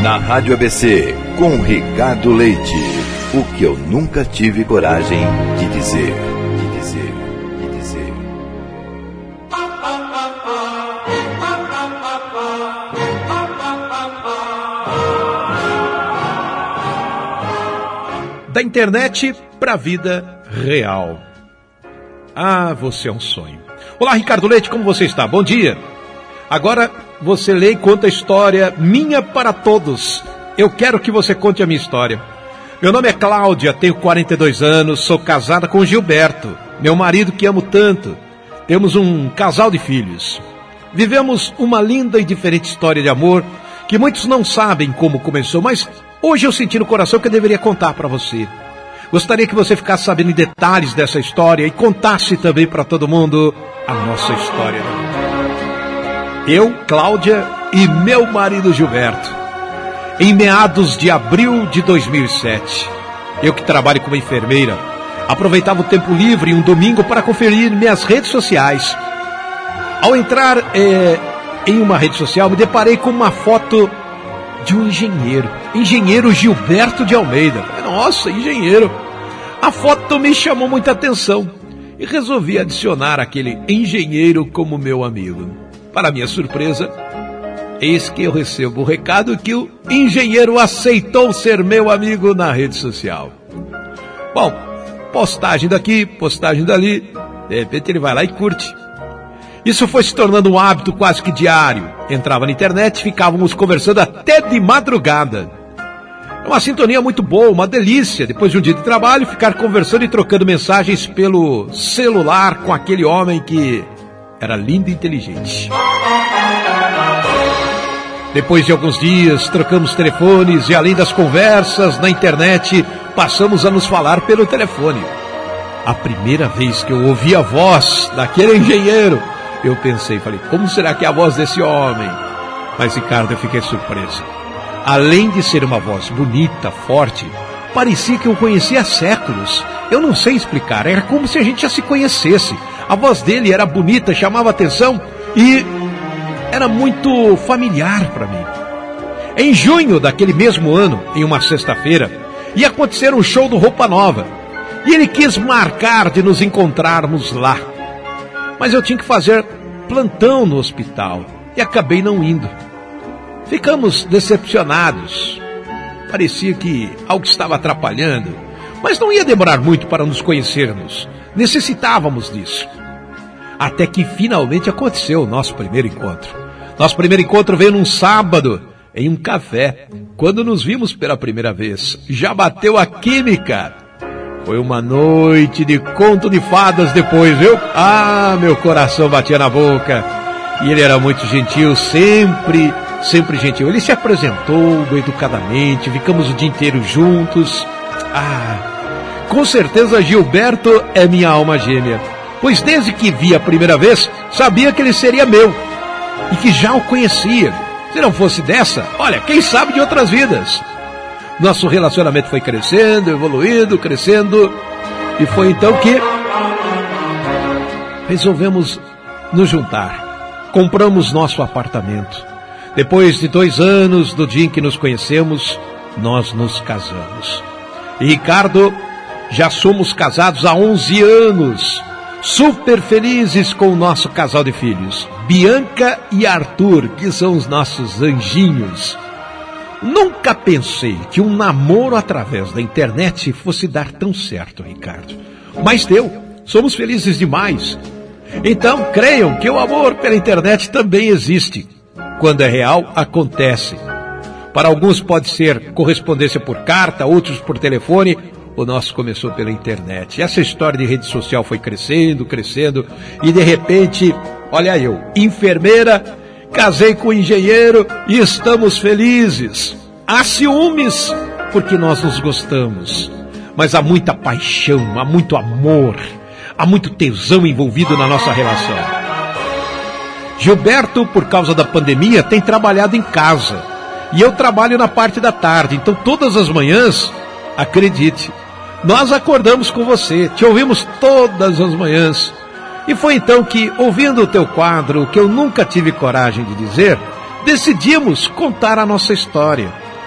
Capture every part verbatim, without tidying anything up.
Na Rádio A B C, com Ricardo Leite. O que eu nunca tive coragem de dizer. De dizer, de dizer. Da internet para a vida real. Ah, você é um sonho. Olá, Ricardo Leite, como você está? Bom dia. Agora você lê e conta a história minha para todos. Eu quero que você conte a minha história. Meu nome é Cláudia, tenho quarenta e dois anos, sou casada com Gilberto, meu marido que amo tanto. Temos um casal de filhos. Vivemos uma linda e diferente história de amor que muitos não sabem como começou, mas hoje eu senti no coração que eu deveria contar para você. Gostaria que você ficasse sabendo em detalhes dessa história e contasse também para todo mundo a nossa história. Eu, Cláudia e meu marido Gilberto. Em meados de abril de dois mil e sete, eu que trabalho como enfermeira, aproveitava o tempo livre um domingo para conferir minhas redes sociais. Ao entrar é, em uma rede social, me deparei com uma foto de um engenheiro, engenheiro Gilberto de Almeida. Nossa, engenheiro! A foto me chamou muita atenção e resolvi adicionar aquele engenheiro como meu amigo. Para minha surpresa, eis que eu recebo o recado que o engenheiro aceitou ser meu amigo na rede social. Bom, postagem daqui, postagem dali, de repente ele vai lá e curte. Isso foi se tornando um hábito quase que diário. Entrava na internet, ficávamos conversando até de madrugada. É uma sintonia muito boa, uma delícia, depois de um dia de trabalho, ficar conversando e trocando mensagens pelo celular com aquele homem que era lindo e inteligente. Depois de alguns dias, trocamos telefones e além das conversas na internet, passamos a nos falar pelo telefone. A primeira vez que eu ouvi a voz daquele engenheiro, eu pensei, falei, como será que é a voz desse homem? Mas, Ricardo, eu fiquei surpreso. Além de ser uma voz bonita, forte, parecia que eu conhecia há séculos. Eu não sei explicar, era como se a gente já se conhecesse. A voz dele era bonita, chamava atenção e era muito familiar para mim. Em junho daquele mesmo ano, em uma sexta-feira, ia acontecer um show do Roupa Nova. E ele quis marcar de nos encontrarmos lá. Mas eu tinha que fazer plantão no hospital e acabei não indo. Ficamos decepcionados. Parecia que algo estava atrapalhando, mas não ia demorar muito para nos conhecermos. Necessitávamos disso. Até que finalmente aconteceu o nosso primeiro encontro. Nosso primeiro encontro veio num sábado, em um café. Quando nos vimos pela primeira vez, já bateu a química. Foi uma noite de conto de fadas depois, viu? Ah, meu coração batia na boca. E ele era muito gentil, sempre, sempre gentil. Ele se apresentou educadamente, ficamos o dia inteiro juntos. Ah, com certeza Gilberto é minha alma gêmea. Pois desde que vi a primeira vez, sabia que ele seria meu. E que já o conhecia. Se não fosse dessa, olha, quem sabe de outras vidas. Nosso relacionamento foi crescendo, evoluindo, crescendo. E foi então que resolvemos nos juntar. Compramos nosso apartamento. Depois de dois anos do dia em que nos conhecemos, nós nos casamos. E Ricardo, já somos casados há onze anos. Super felizes com o nosso casal de filhos. Bianca e Arthur, que são os nossos anjinhos. Nunca pensei que um namoro através da internet fosse dar tão certo, Ricardo. Mas deu. Somos felizes demais. Então, creiam que o amor pela internet também existe. Quando é real, acontece. Para alguns pode ser correspondência por carta, outros por telefone. O nosso começou pela internet. Essa história de rede social foi crescendo, crescendo. E de repente, olha eu, enfermeira, casei com um engenheiro e estamos felizes. Há ciúmes, porque nós nos gostamos. Mas há muita paixão, há muito amor, há muito tesão envolvido na nossa relação. Gilberto, por causa da pandemia, tem trabalhado em casa. E eu trabalho na parte da tarde. Então todas as manhãs, acredite, nós acordamos com você, te ouvimos todas as manhãs. E foi então que, ouvindo o teu quadro, que eu nunca tive coragem de dizer, decidimos contar a nossa história.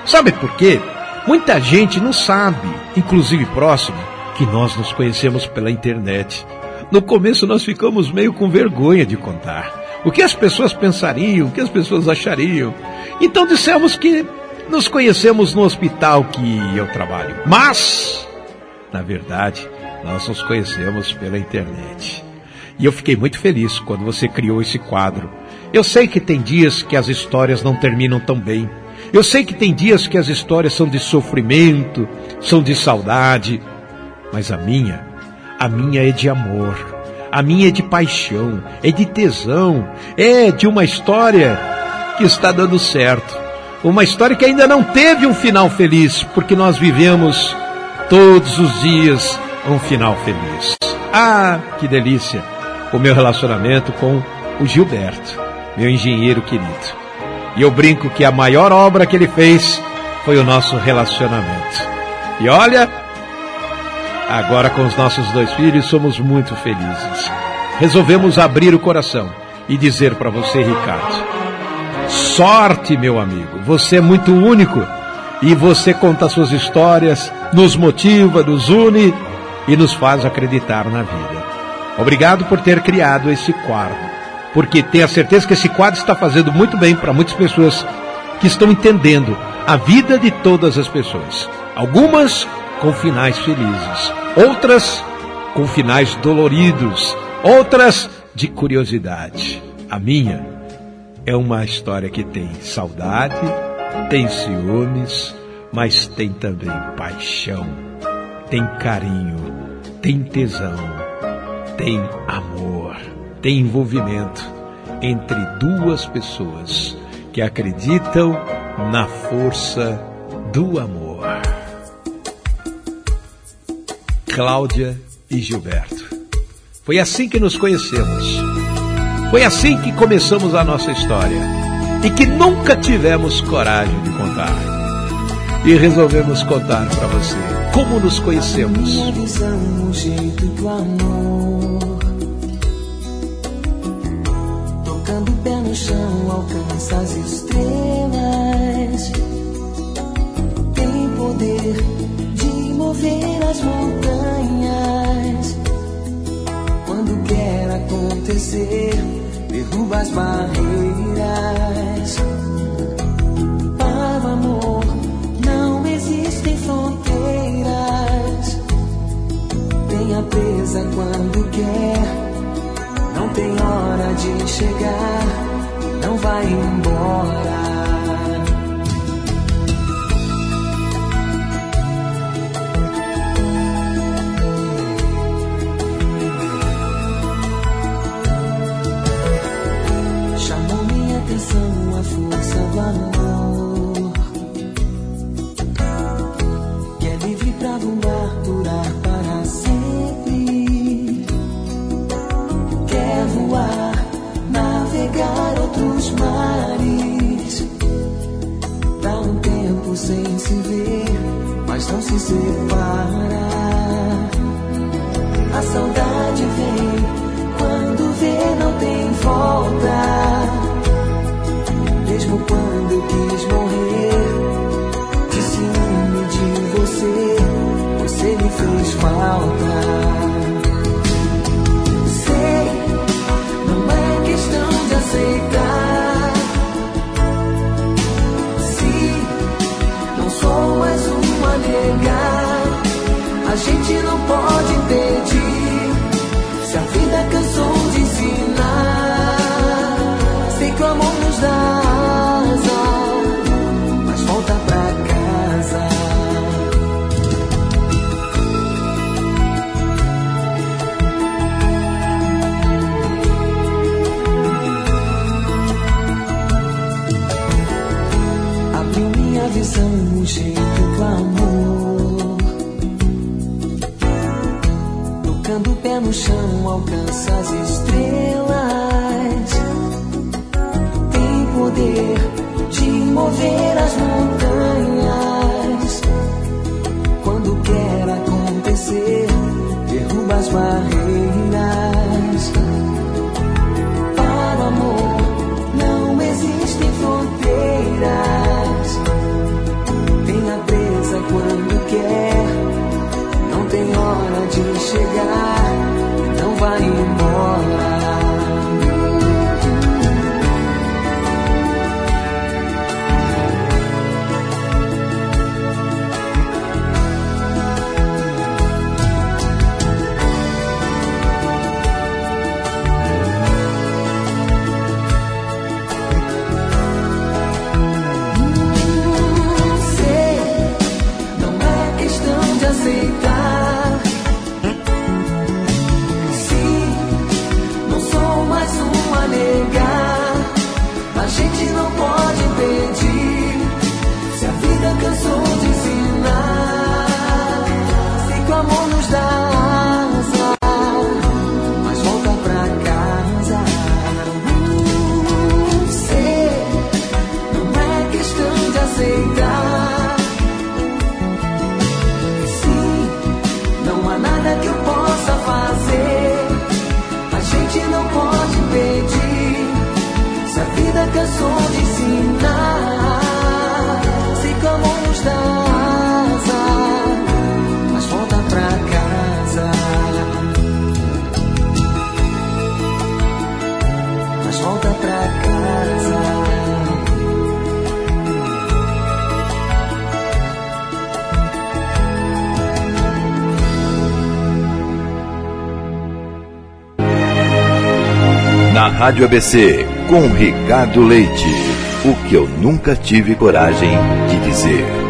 Sabe por quê? Muita gente não sabe, inclusive próximo, que nós nos conhecemos pela internet. No começo nós ficamos meio com vergonha de contar. O que as pessoas pensariam, o que as pessoas achariam. Então dissemos que nos conhecemos no hospital que eu trabalho. Mas, na verdade, nós nos conhecemos pela internet. E eu fiquei muito feliz quando você criou esse quadro. Eu sei que tem dias que as histórias não terminam tão bem. Eu sei que tem dias que as histórias são de sofrimento, são de saudade. Mas a minha, a minha é de amor. A minha é de paixão, é de tesão. É de uma história que está dando certo. Uma história que ainda não teve um final feliz, porque nós vivemos todos os dias um final feliz. Ah, que delícia! O meu relacionamento com o Gilberto, meu engenheiro querido. E eu brinco que a maior obra que ele fez foi o nosso relacionamento. E olha, agora com os nossos dois filhos somos muito felizes. Resolvemos abrir o coração e dizer para você, Ricardo, sorte, meu amigo, você é muito único e você conta suas histórias, nos motiva, nos une e nos faz acreditar na vida. Obrigado por ter criado esse quadro. Porque tenho a certeza que esse quadro está fazendo muito bem para muitas pessoas que estão entendendo a vida de todas as pessoas. Algumas com finais felizes, outras com finais doloridos, outras de curiosidade. A minha é uma história que tem saudade, tem ciúmes, mas tem também paixão, tem carinho, tem tesão, tem amor. Tem envolvimento entre duas pessoas que acreditam na força do amor. Cláudia e Gilberto. Foi assim que nos conhecemos. Foi assim que começamos a nossa história. E que nunca tivemos coragem de contar. E resolvemos contar para você como nos conhecemos. A minha visão, o jeito do amor. Tocando o pé no chão, alcança as estrelas. Tem poder de mover as montanhas. Quando quer acontecer, derruba as barreiras. Para o amor não existem fronteiras. Tenha presa quando quer. Não tem hora de chegar, não vai embora. Chamou minha atenção a força do amor, que é livre pra voar, durar para sempre. Voar, navegar outros mares. Dá um tempo sem se ver, mas não se separa. A saudade vem, quando vê não tem volta. Mesmo quando eu quis morrer, de ciúme de você, você me fez falta. Aceitar. Se não sou mais um a negar, a gente não pode impedir. Se a vida cansou de ensinar, sei que o amor nos dá asa, mas volta pra casa. Visão, o jeito do amor. Tocando o pé no chão, alcança as estrelas. Tem poder de mover as montanhas. Quando quer acontecer, derruba as barreiras. Para o amor não existem fronteiras. cansou de ensinar. Sei como nos dá asa, mas volta pra casa. Mas volta pra casa. Na Rádio A B C, com Ricardo Leite, o que eu nunca tive coragem de dizer.